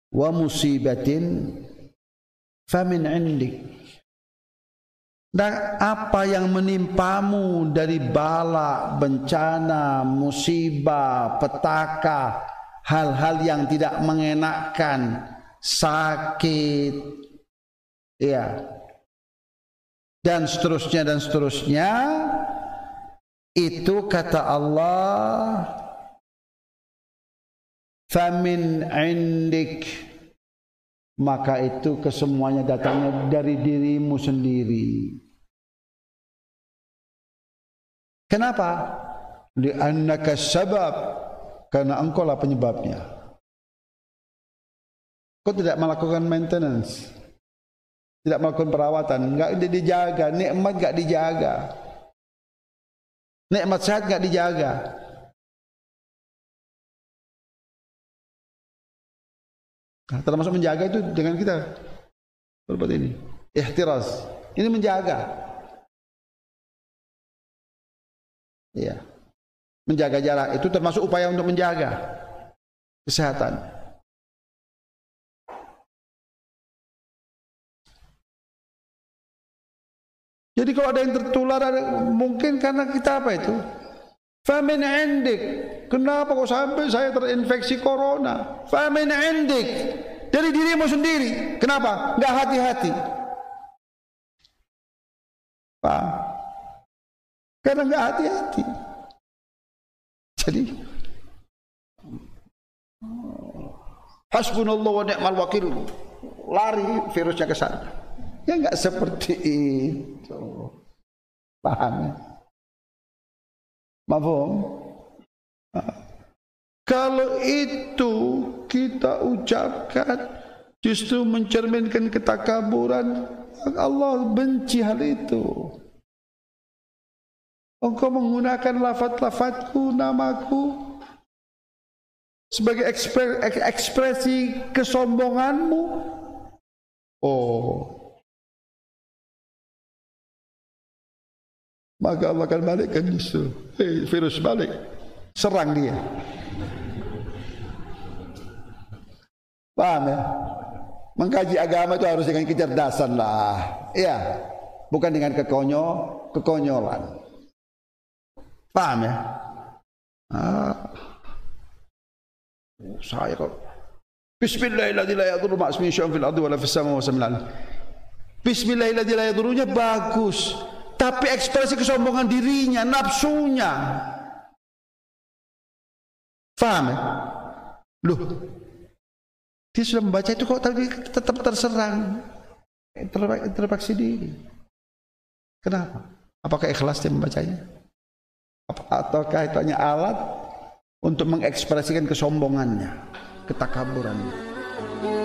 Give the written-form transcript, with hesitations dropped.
wa musibatin famin indik. Dan apa yang menimpamu dari bala, bencana, musibah, petaka, hal-hal yang tidak mengenakkan, sakit, ya, dan seterusnya, itu kata Allah, famin indik, maka itu kesemuanya datangnya dari dirimu sendiri. Kenapa? Li'annaka sabab, karena engkaulah penyebabnya. Kau tidak melakukan maintenance, tidak melakukan perawatan, enggak dijaga, nikmat enggak dijaga, nikmat sehat enggak dijaga. Nah, termasuk menjaga itu dengan kita berbuat ini, ihtiraz, ini menjaga, ya, menjaga jarak itu termasuk upaya untuk menjaga kesehatan. Jadi kalau ada yang tertular, mungkin karena kita apa itu? Famin indik. Kenapa kok sampai saya terinfeksi corona? Famin indik. Dari dirimu sendiri. Kenapa? Enggak hati-hati. Paham? Karena enggak hati-hati. Jadi hasbunallah wa ni'mal wakil. Lari virusnya ke sana. Ya enggak seperti itu. Paham ya? Mafhum? Kalau itu kita ucapkan justru mencerminkan ketakaburan, Allah benci hal itu. Engkau menggunakan lafaz-lafazku, namaku sebagai ekspresi kesombonganmu. Oh, maka Allah akan balikkan justru. Virus balik, serang dia. Paham ya? Mengkaji agama itu harus dengan kecerdasan lah, iya, bukan dengan kekonyolan. Paham ya? Saya kok Bismillahirrahmanirrahim la yadurru ma'a ismihi syai'un fil ardi wala fis samaa'i wa huwa Bismillahirrahmanirrahim la yadurrunya bagus, tapi ekspresi kesombongan dirinya, nafsunya. Paham ya? Loh, dia sudah membaca itu kok tapi tetap terserang, terpaksa diri. Kenapa? Apakah ikhlas dia membacanya? Ataukah itu hanya alat untuk mengekspresikan kesombongannya, ketakaburannya?